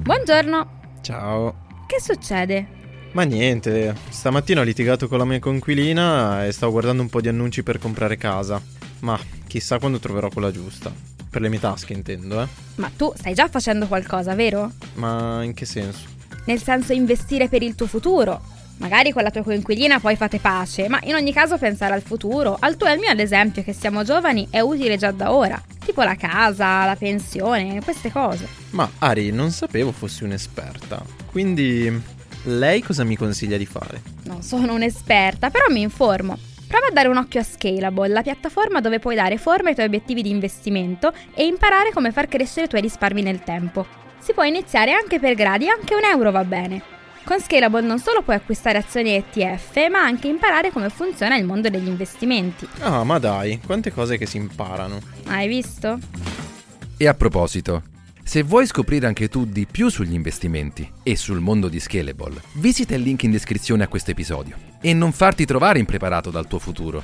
Buongiorno. Ciao. Che succede? Ma niente, stamattina ho litigato con la mia coinquilina e stavo guardando un po' di annunci per comprare casa. Ma chissà quando troverò quella giusta. Per le mie tasche intendo, eh. Ma tu stai già facendo qualcosa, vero? Ma in che senso? Nel senso investire per il tuo futuro. Magari con la tua coinquilina poi fate pace, ma in ogni caso pensare al futuro, al tuo e al mio ad esempio, che siamo giovani, è utile già da ora. Tipo la casa, la pensione, queste cose. Ma Ari, non sapevo fossi un'esperta. Quindi lei cosa mi consiglia di fare? Non sono un'esperta, però mi informo. Prova a dare un occhio a Scalable, la piattaforma dove puoi dare forma ai tuoi obiettivi di investimento e imparare come far crescere i tuoi risparmi nel tempo. Si può iniziare anche per gradi, anche €1 va bene. Con Scalable non solo puoi acquistare azioni e ETF, ma anche imparare come funziona il mondo degli investimenti. Ah, ma dai, quante cose che si imparano. Hai visto? E a proposito, se vuoi scoprire anche tu di più sugli investimenti e sul mondo di Scalable, visita il link in descrizione a questo episodio e non farti trovare impreparato dal tuo futuro.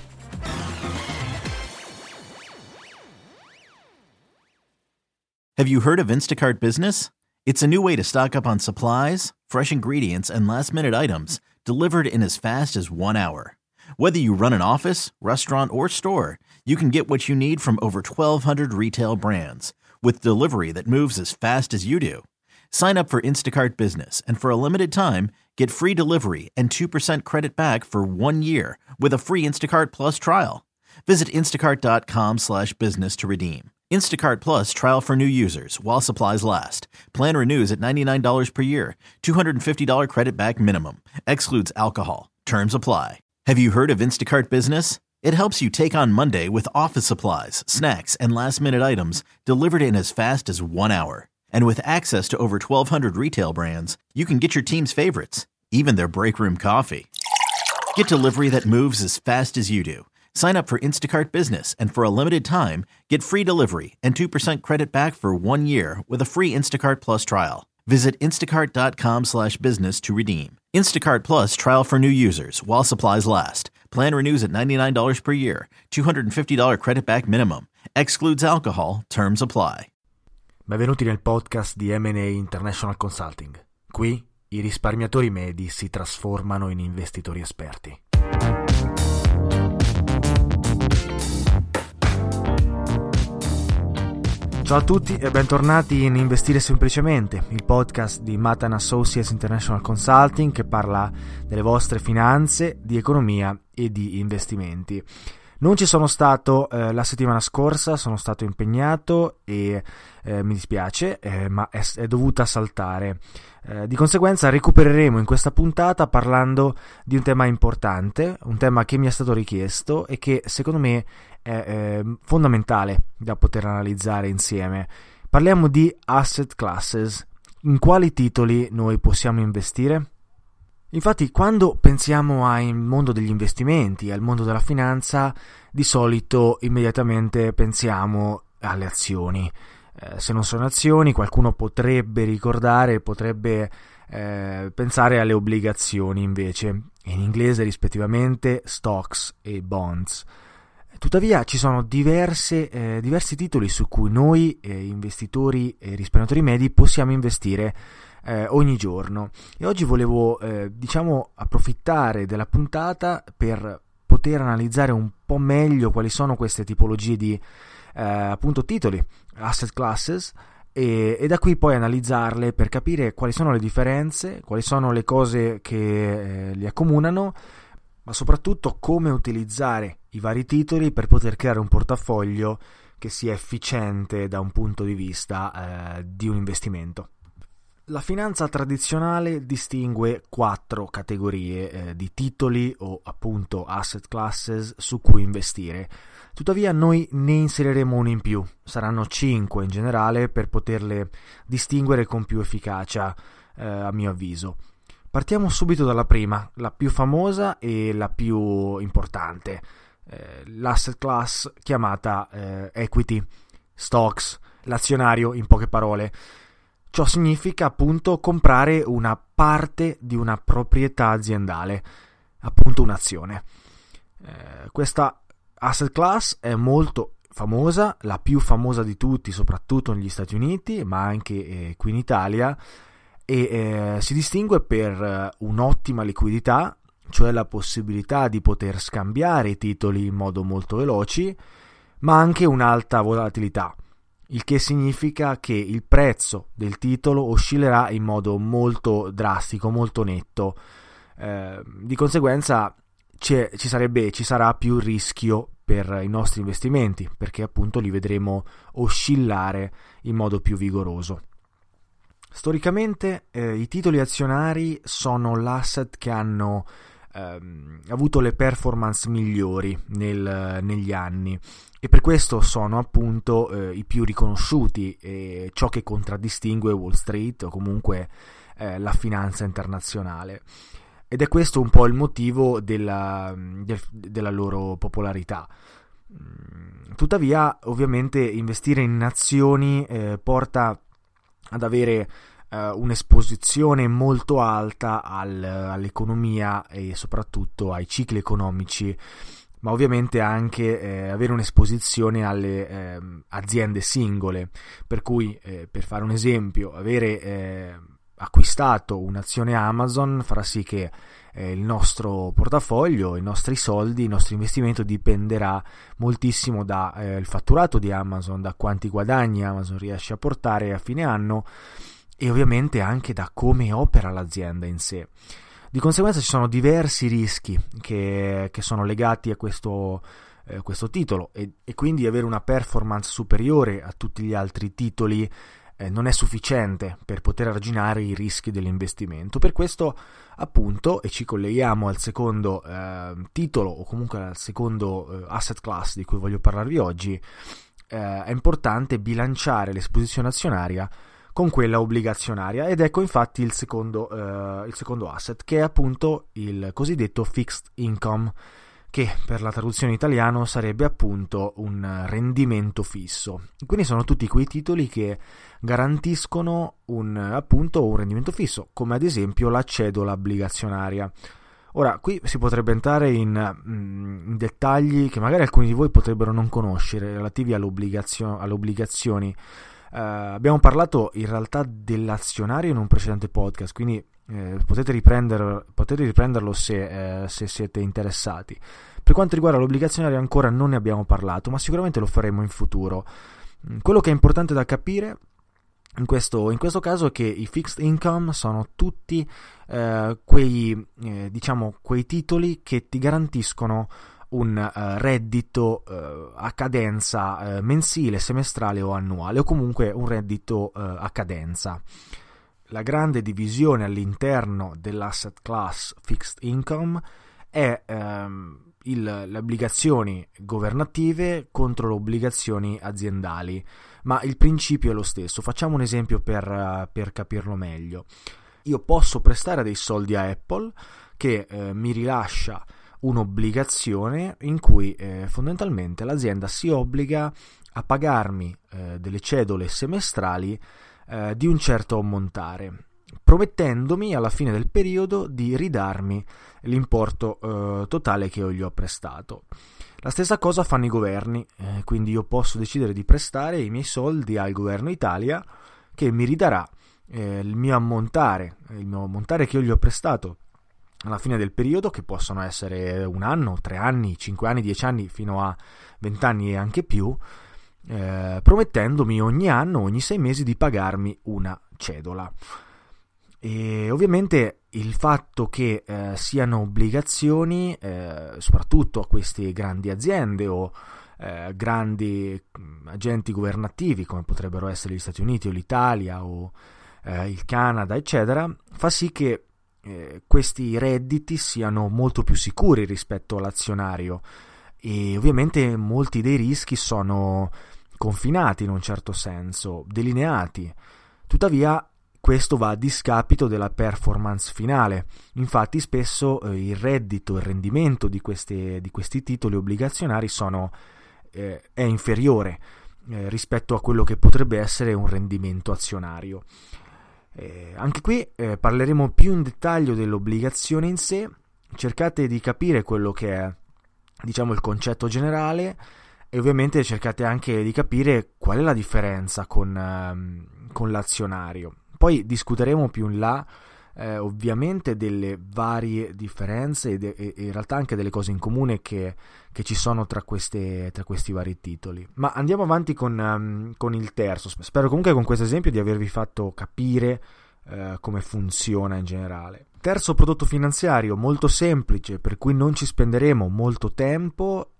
Have you heard of Instacart Business? It's a new way to stock up on supplies, fresh ingredients, and last-minute items delivered in as fast as 1 hour. Whether you run an office, restaurant, or store, you can get what you need from over 1,200 retail brands with delivery that moves as fast as you do. Sign up for Instacart Business, and for a limited time, get free delivery and 2% credit back for 1 year with a free Instacart Plus trial. Visit instacart.com/business to redeem. Instacart Plus trial for new users while supplies last. Plan renews at $99 per year. $250 credit back minimum. Excludes alcohol. Terms apply. Have you heard of Instacart Business? It helps you take on Monday with office supplies, snacks, and last-minute items delivered in as fast as 1 hour. And with access to over 1,200 retail brands, you can get your team's favorites, even their break room coffee. Get delivery that moves as fast as you do. Sign up for Instacart Business, and for a limited time, get free delivery and 2% credit back for 1 year with a free Instacart Plus trial. Visit instacart.com/business to redeem. Instacart Plus trial for new users while supplies last. Plan renews at $99 per year. $250 credit back minimum. Excludes alcohol. Terms apply. Benvenuti nel podcast di M&A International Consulting. Qui i risparmiatori medi si trasformano in investitori esperti. Ciao a tutti e bentornati in Investire Semplicemente, il podcast di Matan Associates International Consulting che parla delle vostre finanze, di economia e di investimenti. Non ci sono stato la settimana scorsa, sono stato impegnato e mi dispiace, ma è dovuta saltare. Di conseguenza recupereremo in questa puntata parlando di un tema importante, un tema che mi è stato richiesto e che secondo me è fondamentale da poter analizzare insieme. Parliamo di asset classes. In quali titoli noi possiamo investire? Infatti, quando pensiamo al mondo degli investimenti, al mondo della finanza, di solito immediatamente pensiamo alle azioni. Se non sono azioni, qualcuno potrebbe pensare alle obbligazioni invece, in inglese rispettivamente stocks e bonds. Tuttavia ci sono diversi titoli su cui noi investitori e risparmiatori medi possiamo investire ogni giorno, e oggi volevo approfittare della puntata per poter analizzare un po' meglio quali sono queste tipologie di titoli, asset classes, e da qui poi analizzarle per capire quali sono le differenze, quali sono le cose che li accomunano, ma soprattutto come utilizzare i vari titoli per poter creare un portafoglio che sia efficiente da un punto di vista di un investimento. La finanza tradizionale distingue 4 categorie di titoli o appunto asset classes su cui investire. Tuttavia noi ne inseriremo uno in più, saranno 5 in generale per poterle distinguere con più efficacia a mio avviso. Partiamo subito dalla prima, la più famosa e la più importante, l'asset class chiamata equity, stocks, l'azionario in poche parole. Ciò significa appunto comprare una parte di una proprietà aziendale, appunto un'azione. Questa asset class è molto famosa, la più famosa di tutti, soprattutto negli Stati Uniti, ma anche qui in Italia, e si distingue per un'ottima liquidità, cioè la possibilità di poter scambiare i titoli in modo molto veloci, ma anche un'alta volatilità, il che significa che il prezzo del titolo oscillerà in modo molto drastico, molto netto. Di conseguenza ci sarà più rischio per i nostri investimenti, perché appunto li vedremo oscillare in modo più vigoroso. Storicamente i titoli azionari sono l'asset che hanno avuto le performance migliori negli anni, e per questo sono appunto i più riconosciuti, e ciò che contraddistingue Wall Street o comunque la finanza internazionale, ed è questo un po' il motivo della loro popolarità. Tuttavia, ovviamente, investire in azioni porta ad avere un'esposizione molto alta all'economia e soprattutto ai cicli economici, ma ovviamente anche avere un'esposizione alle aziende singole, per cui per fare un esempio, avere acquistato un'azione Amazon farà sì che il nostro portafoglio, i nostri soldi, il nostro investimento dipenderà moltissimo dal fatturato di Amazon, da quanti guadagni Amazon riesce a portare a fine anno, e ovviamente anche da come opera l'azienda in sé. Di conseguenza ci sono diversi rischi che sono legati a questo titolo, e quindi avere una performance superiore a tutti gli altri titoli non è sufficiente per poter arginare i rischi dell'investimento. Per questo appunto, e ci colleghiamo al secondo titolo, o comunque al secondo asset class di cui voglio parlarvi oggi, è importante bilanciare l'esposizione azionaria con quella obbligazionaria, ed ecco infatti il secondo asset, che è appunto il cosiddetto fixed income, che per la traduzione in italiano sarebbe appunto un rendimento fisso. Quindi sono tutti quei titoli che garantiscono un rendimento fisso, come ad esempio la cedola obbligazionaria. Ora, qui si potrebbe entrare in dettagli che magari alcuni di voi potrebbero non conoscere, relativi alle obbligazioni. Abbiamo parlato in realtà dell'azionario in un precedente podcast, quindi potete riprenderlo se siete interessati. Per quanto riguarda l'obbligazionario ancora non ne abbiamo parlato, ma sicuramente lo faremo in futuro. Quello che è importante da capire in questo caso è che i fixed income sono tutti quei titoli che ti garantiscono un reddito a cadenza mensile, semestrale o annuale, o comunque un reddito a cadenza. La grande divisione all'interno dell'asset class fixed income è le obbligazioni governative contro le obbligazioni aziendali, ma il principio è lo stesso. Facciamo un esempio per capirlo meglio. Io posso prestare dei soldi a Apple, che mi rilascia un'obbligazione in cui fondamentalmente l'azienda si obbliga a pagarmi delle cedole semestrali di un certo ammontare, promettendomi alla fine del periodo di ridarmi l'importo totale che io gli ho prestato. La stessa cosa fanno i governi, quindi io posso decidere di prestare i miei soldi al governo Italia, che mi ridarà il mio ammontare che io gli ho prestato alla fine del periodo, che possono essere 1 anno, 3 anni, 5 anni, 10 anni, fino a 20 anni e anche più, promettendomi ogni anno, ogni 6 mesi, di pagarmi una cedola. E ovviamente il fatto che siano obbligazioni, soprattutto a queste grandi aziende o grandi agenti governativi, come potrebbero essere gli Stati Uniti o l'Italia o il Canada, eccetera, fa sì che questi redditi siano molto più sicuri rispetto all'azionario, e ovviamente molti dei rischi sono confinati in un certo senso, delineati. Tuttavia questo va a discapito della performance finale. Infatti spesso il rendimento di questi titoli obbligazionari è inferiore rispetto a quello che potrebbe essere un rendimento azionario. Anche qui parleremo più in dettaglio dell'obbligazione in sé. Cercate di capire quello che è, diciamo, il concetto generale, e ovviamente cercate anche di capire qual è la differenza con l'azionario. Poi discuteremo più in là ovviamente delle varie differenze e in realtà anche delle cose in comune che ci sono tra questi vari titoli. Ma andiamo avanti con il terzo. Spero comunque con questo esempio di avervi fatto capire come funziona in generale. Terzo prodotto finanziario molto semplice, per cui non ci spenderemo molto tempo,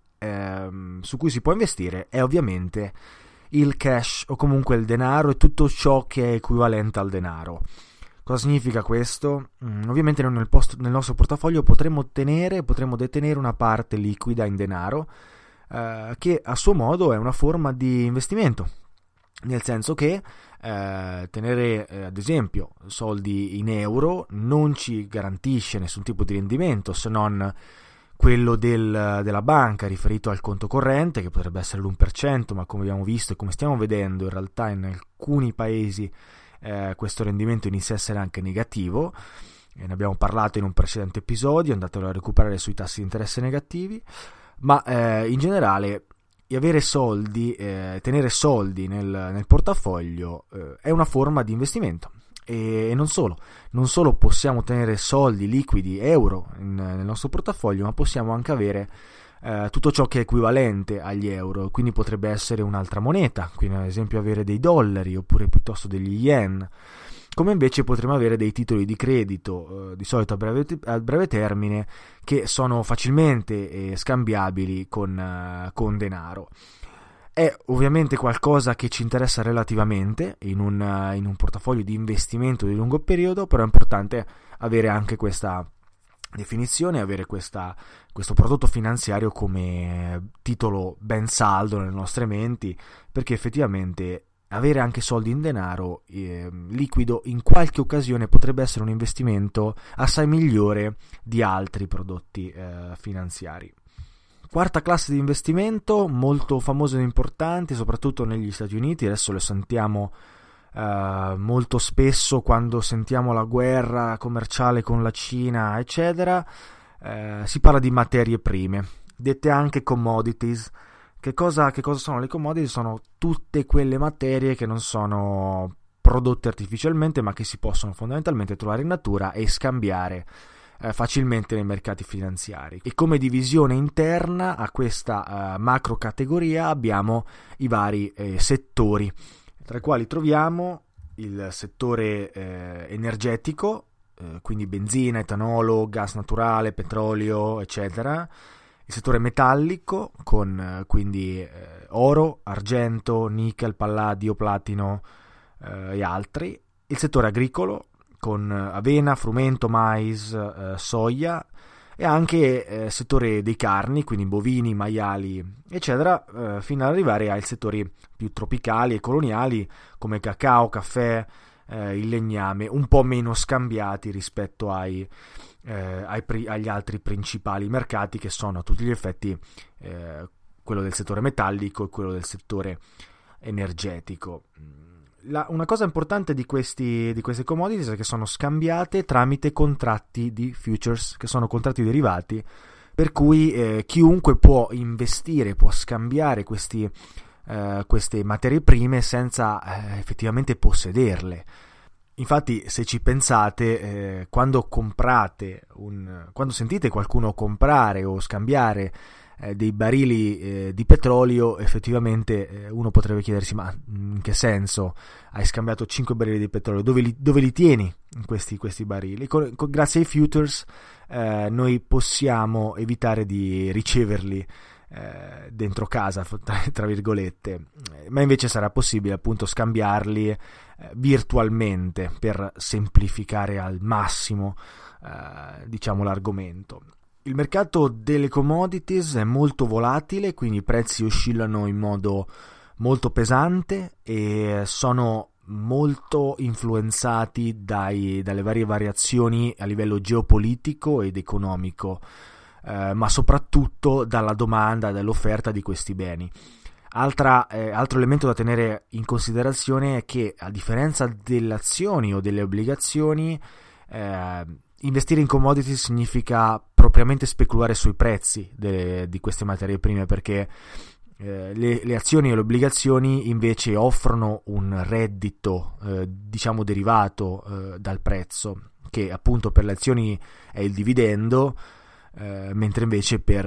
su cui si può investire, è ovviamente il cash, o comunque il denaro e tutto ciò che è equivalente al denaro. Cosa significa questo? Ovviamente noi nel nostro portafoglio potremo detenere una parte liquida in denaro, che a suo modo è una forma di investimento, nel senso che tenere ad esempio soldi in euro non ci garantisce nessun tipo di rendimento, se non quello della banca riferito al conto corrente, che potrebbe essere l'1%, ma come abbiamo visto e come stiamo vedendo in realtà in alcuni paesi questo rendimento inizia a essere anche negativo, e ne abbiamo parlato in un precedente episodio, andatelo a recuperare sui tassi di interesse negativi. Ma in generale avere soldi, tenere soldi nel portafoglio è una forma di investimento. E non solo possiamo tenere soldi liquidi, euro, nel nostro portafoglio, ma possiamo anche avere tutto ciò che è equivalente agli euro, quindi potrebbe essere un'altra moneta, quindi ad esempio avere dei dollari oppure piuttosto degli yen, come invece potremmo avere dei titoli di credito, di solito a breve termine, che sono facilmente scambiabili con denaro. È ovviamente qualcosa che ci interessa relativamente in un portafoglio di investimento di lungo periodo, però è importante avere anche questa definizione, avere questo prodotto finanziario come titolo ben saldo nelle nostre menti, perché effettivamente avere anche soldi in denaro liquido in qualche occasione potrebbe essere un investimento assai migliore di altri prodotti finanziari. Quarta classe di investimento, molto famosa e importante, soprattutto negli Stati Uniti. Adesso le sentiamo molto spesso quando sentiamo la guerra commerciale con la Cina, eccetera. Si parla di materie prime, dette anche commodities. Che cosa sono le commodities? Sono tutte quelle materie che non sono prodotte artificialmente, ma che si possono fondamentalmente trovare in natura e scambiare facilmente nei mercati finanziari. E come divisione interna a questa macro categoria abbiamo i vari settori, tra i quali troviamo il settore energetico, quindi benzina, etanolo, gas naturale, petrolio, eccetera. Il settore metallico con quindi oro, argento, nickel, palladio, platino e altri. Il settore agricolo con avena, frumento, mais, soia, e anche settore dei carni, quindi bovini, maiali, eccetera, fino ad arrivare ai settori più tropicali e coloniali come cacao, caffè, il legname, un po' meno scambiati rispetto agli altri principali mercati, che sono a tutti gli effetti quello del settore metallico e quello del settore energetico. Una cosa importante di queste commodities è che sono scambiate tramite contratti di futures, che sono contratti derivati, per cui chiunque può investire, può scambiare queste materie prime senza effettivamente possederle. Infatti, se ci pensate, quando sentite qualcuno comprare o scambiare dei barili di petrolio, effettivamente uno potrebbe chiedersi: ma in che senso hai scambiato 5 barili di petrolio? Dove li tieni questi barili? Grazie ai futures noi possiamo evitare di riceverli dentro casa, tra virgolette, ma invece sarà possibile appunto scambiarli virtualmente per semplificare al massimo l'argomento. Il mercato delle commodities è molto volatile, quindi i prezzi oscillano in modo molto pesante e sono molto influenzati dalle varie variazioni a livello geopolitico ed economico, ma soprattutto dalla domanda e dall'offerta di questi beni. Altro elemento da tenere in considerazione è che, a differenza delle azioni o delle obbligazioni, investire in commodity significa propriamente speculare sui prezzi di queste materie prime, perché Le azioni e le obbligazioni invece offrono un reddito diciamo derivato dal prezzo, che appunto per le azioni è il dividendo, mentre invece per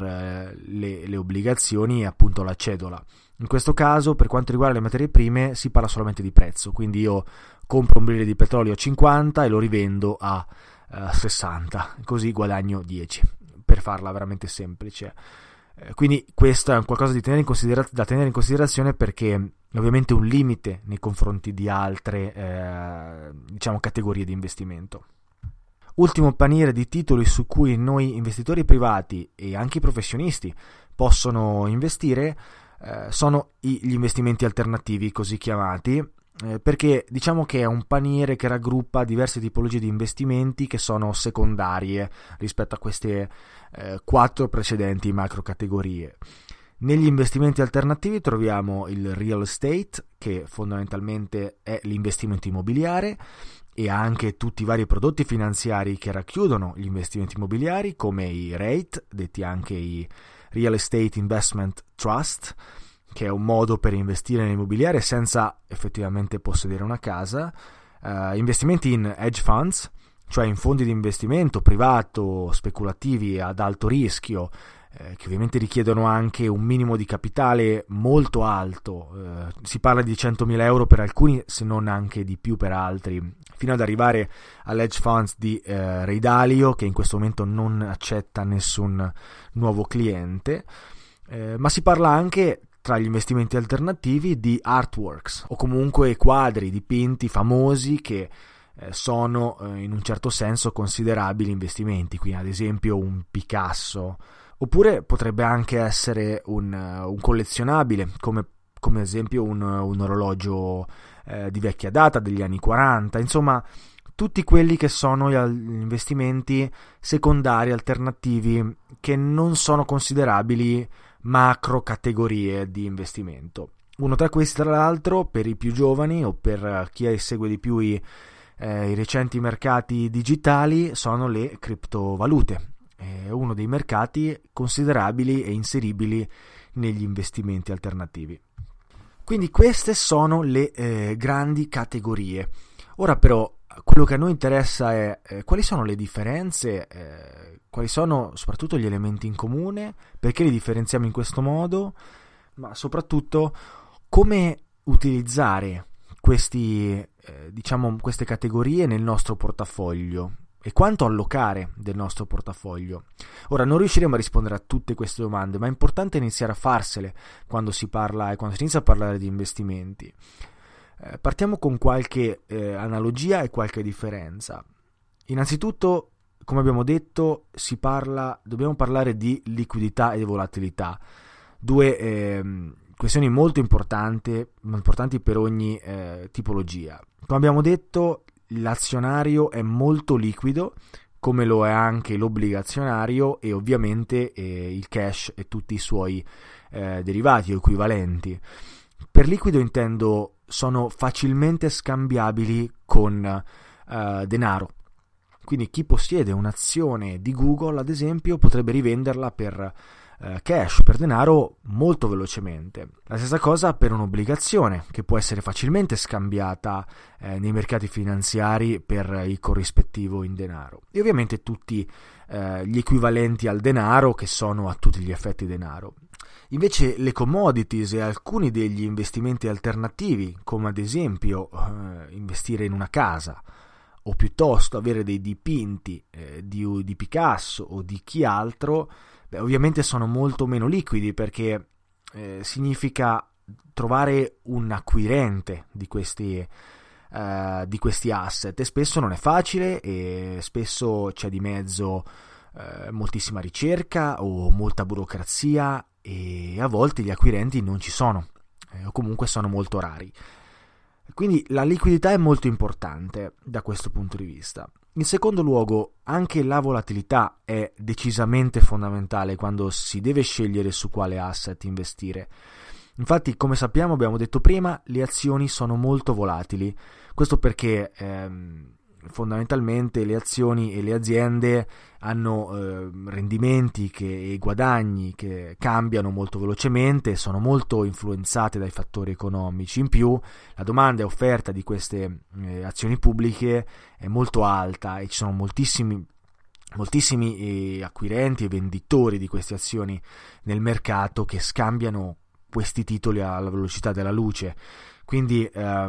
le obbligazioni è appunto la cedola. In questo caso, per quanto riguarda le materie prime, si parla solamente di prezzo, quindi io compro un barile di petrolio a 50 e lo rivendo a 60, così guadagno 10, per farla veramente semplice. Quindi questo è qualcosa da tenere in considerazione, perché ovviamente un limite nei confronti di altre diciamo categorie di investimento. Ultimo paniere di titoli su cui noi investitori privati e anche i professionisti possono investire sono gli investimenti alternativi, così chiamati, perché diciamo che è un paniere che raggruppa diverse tipologie di investimenti che sono secondarie rispetto a queste 4 precedenti macro categorie. Negli investimenti alternativi troviamo il real estate, che fondamentalmente è l'investimento immobiliare, e anche tutti i vari prodotti finanziari che racchiudono gli investimenti immobiliari, come i REIT, detti anche i Real Estate Investment Trust, che è un modo per investire nell'immobiliare senza effettivamente possedere una casa, investimenti in hedge funds, cioè in fondi di investimento privato speculativi ad alto rischio, che ovviamente richiedono anche un minimo di capitale molto alto, si parla di 100.000 euro per alcuni, se non anche di più per altri, fino ad arrivare all'hedge funds di Ray Dalio, che in questo momento non accetta nessun nuovo cliente, ma si parla anche, tra gli investimenti alternativi, di artworks, o comunque quadri dipinti famosi che sono in un certo senso considerabili investimenti, quindi ad esempio un Picasso. Oppure potrebbe anche essere un collezionabile, come ad esempio un orologio di vecchia data, degli anni 40, insomma tutti quelli che sono gli investimenti secondari alternativi che non sono considerabili macro categorie di investimento. Uno tra questi, tra l'altro, per i più giovani o per chi segue di più i recenti mercati digitali, sono le criptovalute. È uno dei mercati considerabili e inseribili negli investimenti alternativi. Quindi queste sono le grandi categorie. Ora però quello che a noi interessa è quali sono le differenze, quali sono soprattutto gli elementi in comune, perché li differenziamo in questo modo, ma soprattutto come utilizzare queste categorie nel nostro portafoglio e quanto allocare del nostro portafoglio. Ora, non riusciremo a rispondere a tutte queste domande, ma è importante iniziare a farsele quando si inizia a parlare di investimenti. Partiamo con qualche analogia e qualche differenza. Innanzitutto, come abbiamo detto, dobbiamo parlare di liquidità e di volatilità, due questioni molto importanti per ogni tipologia. Come abbiamo detto, l'azionario è molto liquido, come lo è anche l'obbligazionario, e ovviamente il cash e tutti i suoi derivati o equivalenti. Per liquido intendo sono facilmente scambiabili con denaro. Quindi chi possiede un'azione di Google, ad esempio, potrebbe rivenderla per cash, per denaro, molto velocemente. La stessa cosa per un'obbligazione, che può essere facilmente scambiata nei mercati finanziari per il corrispettivo in denaro. E ovviamente tutti gli equivalenti al denaro, che sono a tutti gli effetti denaro. Invece le commodities e alcuni degli investimenti alternativi, come ad esempio investire in una casa, o piuttosto avere dei dipinti di Picasso o di chi altro, ovviamente sono molto meno liquidi, perché significa trovare un acquirente di questi asset, e spesso non è facile, e spesso c'è di mezzo moltissima ricerca o molta burocrazia, e a volte gli acquirenti non ci sono, o comunque sono molto rari. Quindi la liquidità è molto importante da questo punto di vista. In secondo luogo, anche la volatilità è decisamente fondamentale quando si deve scegliere su quale asset investire. Infatti, come sappiamo, abbiamo detto prima, le azioni sono molto volatili. Questo perché fondamentalmente le azioni e le aziende hanno rendimenti e guadagni che cambiano molto velocemente, sono molto influenzate dai fattori economici. In più la domanda e offerta di queste azioni pubbliche è molto alta e ci sono moltissimi acquirenti e venditori di queste azioni nel mercato che scambiano questi titoli alla velocità della luce, quindi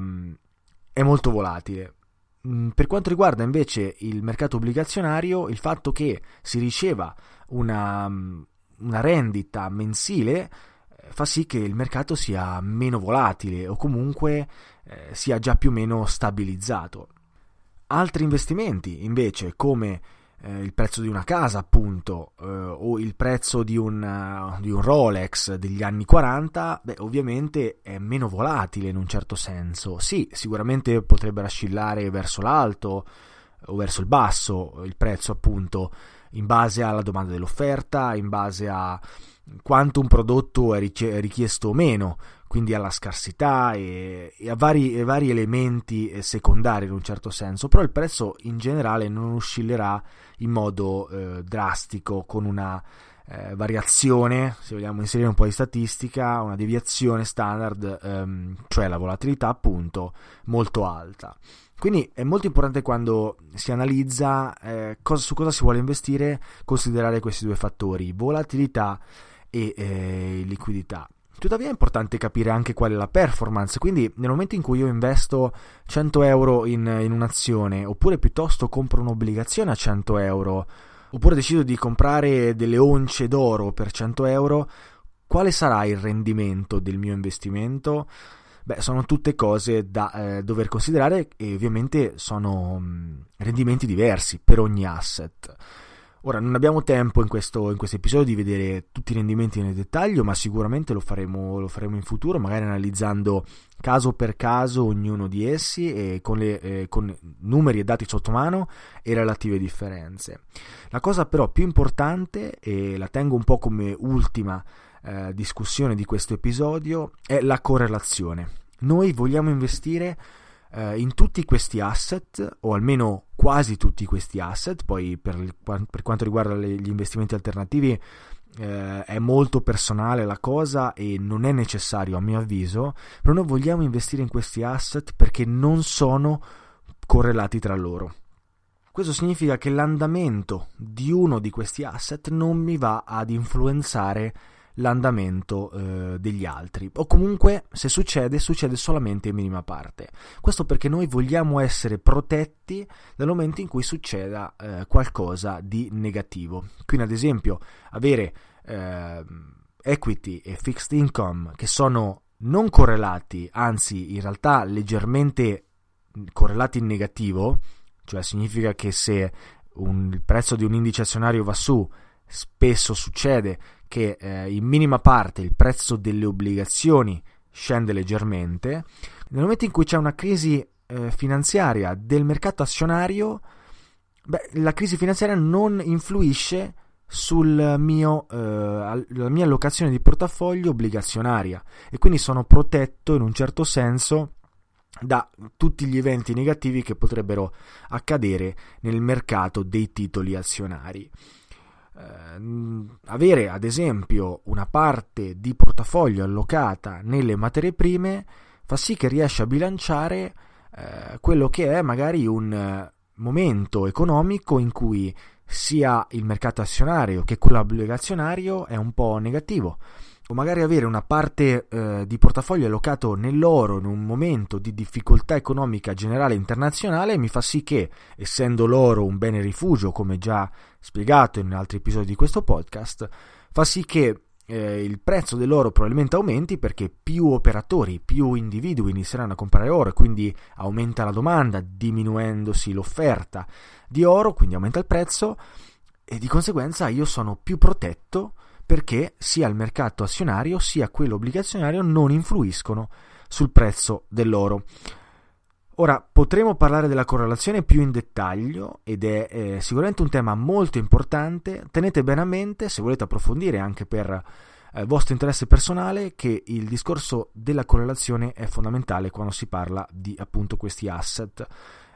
è molto volatile. Per quanto riguarda invece il mercato obbligazionario, il fatto che si riceva una rendita mensile fa sì che il mercato sia meno volatile o comunque sia già più o meno stabilizzato. Altri investimenti invece, come il prezzo di una casa appunto, o il prezzo di un Rolex degli anni 40, ovviamente è meno volatile in un certo senso. Sì, sicuramente potrebbe oscillare verso l'alto o verso il basso il prezzo, appunto, in base alla domanda dell'offerta, in base a quanto un prodotto è richiesto o meno, quindi alla scarsità e a vari elementi secondari in un certo senso. Però il prezzo in generale non oscillerà in modo drastico, con una variazione, se vogliamo inserire un po' di statistica, una deviazione standard, cioè la volatilità appunto molto alta. Quindi è molto importante, quando si analizza su cosa si vuole investire, considerare questi due fattori, volatilità e liquidità. Tuttavia è importante capire anche qual è la performance, quindi nel momento in cui io investo 100 euro in un'azione, oppure piuttosto compro un'obbligazione a 100 euro, oppure decido di comprare delle once d'oro per 100 euro, quale sarà il rendimento del mio investimento? Sono tutte cose da dover considerare, e ovviamente sono rendimenti diversi per ogni asset. Ora, non abbiamo tempo in questo episodio di vedere tutti i rendimenti nel dettaglio, ma sicuramente lo faremo in futuro, magari analizzando caso per caso ognuno di essi e con numeri e dati sotto mano e relative differenze. La cosa però più importante, e la tengo un po' come ultima discussione di questo episodio, è la correlazione. Noi vogliamo investire in tutti questi asset, o almeno quasi tutti questi asset. Poi per quanto riguarda gli investimenti alternativi è molto personale la cosa e non è necessario a mio avviso, però noi vogliamo investire in questi asset perché non sono correlati tra loro. Questo significa che l'andamento di uno di questi asset non mi va ad influenzare l'andamento degli altri, o comunque se succede solamente in minima parte. Questo perché noi vogliamo essere protetti nel momento in cui succeda qualcosa di negativo. Quindi ad esempio avere equity e fixed income che sono non correlati, anzi in realtà leggermente correlati in negativo, cioè significa che se il prezzo di un indice azionario va su, spesso succede che in minima parte il prezzo delle obbligazioni scende leggermente. Nel momento in cui c'è una crisi finanziaria del mercato azionario, la crisi finanziaria non influisce la mia allocazione di portafoglio obbligazionaria, e quindi sono protetto in un certo senso da tutti gli eventi negativi che potrebbero accadere nel mercato dei titoli azionari. Avere ad esempio una parte di portafoglio allocata nelle materie prime fa sì che riesca a bilanciare quello che è magari un momento economico in cui sia il mercato azionario che quello obbligazionario è un po' negativo, o magari avere una parte di portafoglio allocato nell'oro in un momento di difficoltà economica generale internazionale mi fa sì che, essendo l'oro un bene rifugio, come già spiegato in altri episodi di questo podcast, fa sì che il prezzo dell'oro probabilmente aumenti, perché più operatori, più individui inizieranno a comprare oro, e quindi aumenta la domanda, diminuendosi l'offerta di oro, quindi aumenta il prezzo, e di conseguenza io sono più protetto, perché sia il mercato azionario sia quello obbligazionario non influiscono sul prezzo dell'oro. Ora potremo parlare della correlazione più in dettaglio, ed è sicuramente un tema molto importante. Tenete bene a mente, se volete approfondire anche per vostro interesse personale, che il discorso della correlazione è fondamentale quando si parla di appunto questi asset.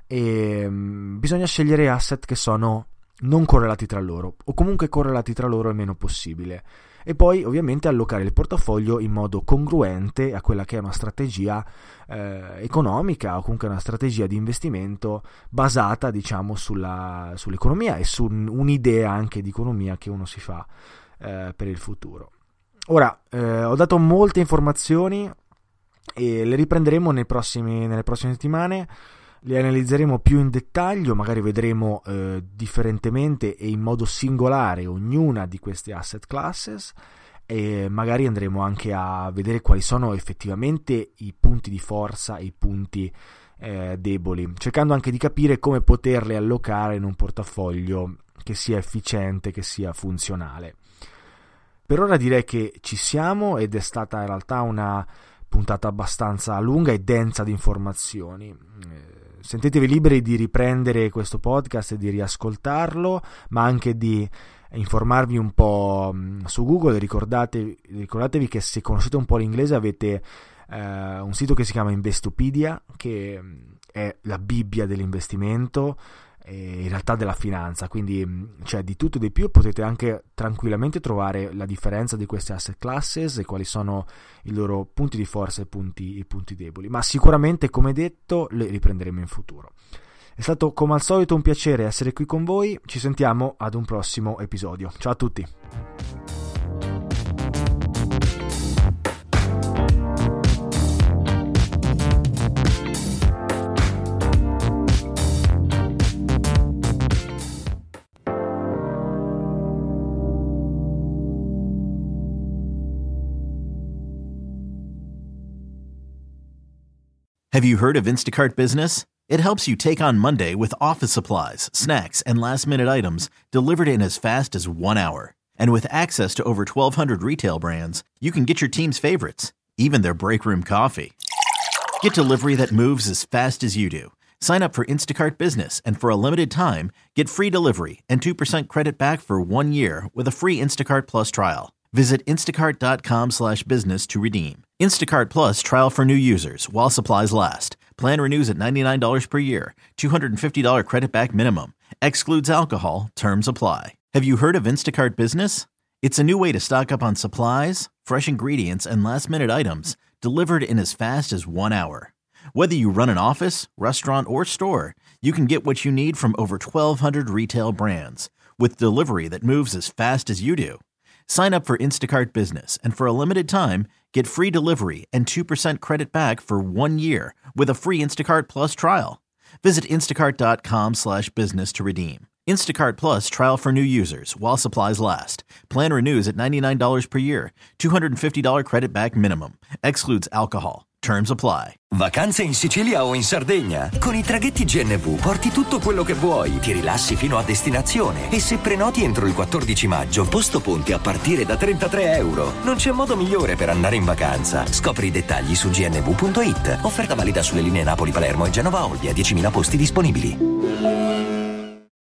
e bisogna scegliere asset che sono non correlati tra loro, o comunque correlati tra loro il meno possibile, e poi ovviamente allocare il portafoglio in modo congruente a quella che è una strategia economica, o comunque una strategia di investimento basata, diciamo, sull'economia e su un'idea anche di economia che uno si fa per il futuro. Ora, ho dato molte informazioni e le riprenderemo nelle prossime settimane. Le analizzeremo più in dettaglio, magari vedremo differentemente e in modo singolare ognuna di queste asset classes, e magari andremo anche a vedere quali sono effettivamente i punti di forza e i punti deboli, cercando anche di capire come poterle allocare in un portafoglio che sia efficiente, che sia funzionale. Per ora direi che ci siamo, ed è stata in realtà una puntata abbastanza lunga e densa di informazioni. Sentitevi liberi di riprendere questo podcast e di riascoltarlo, ma anche di informarvi un po' su Google. Ricordatevi che se conoscete un po' l'inglese avete un sito che si chiama Investopedia, che è la Bibbia dell'investimento e in realtà della finanza, quindi c'è di tutto e di più. Potete anche tranquillamente trovare la differenza di queste asset classes e quali sono i loro punti di forza e i punti deboli, ma sicuramente, come detto, le riprenderemo in futuro. È stato come al solito un piacere essere qui con voi, ci sentiamo ad un prossimo episodio. Ciao a tutti. Have you heard of Instacart Business? It helps you take on Monday with office supplies, snacks, and last-minute items delivered in as fast as 1 hour. And with access to over 1,200 retail brands, you can get your team's favorites, even their break room coffee. Get delivery that moves as fast as you do. Sign up for Instacart Business, and for a limited time, get free delivery and 2% credit back for 1 year with a free Instacart Plus trial. Visit instacart.com/business to redeem. Instacart Plus trial for new users while supplies last. Plan renews at $99 per year. $250 credit back minimum. Excludes alcohol. Terms apply. Have you heard of Instacart Business? It's a new way to stock up on supplies, fresh ingredients, and last-minute items delivered in as fast as 1 hour. Whether you run an office, restaurant, or store, you can get what you need from over 1,200 retail brands with delivery that moves as fast as you do. Sign up for Instacart Business, and for a limited time, get free delivery and 2% credit back for 1 year with a free Instacart Plus trial. Visit instacart.com/business to redeem. Instacart Plus trial for new users while supplies last. Plan renews at $99 per year. $250 credit back minimum. Excludes alcohol. Terms apply. Vacanze in Sicilia o in Sardegna? Con i traghetti GNV porti tutto quello che vuoi, ti rilassi fino a destinazione e se prenoti entro il 14 maggio, posto ponti a partire da €33. Non c'è modo migliore per andare in vacanza. Scopri i dettagli su gnv.it. Offerta valida sulle linee Napoli-Palermo e Genova-Olbia, 10.000 posti disponibili.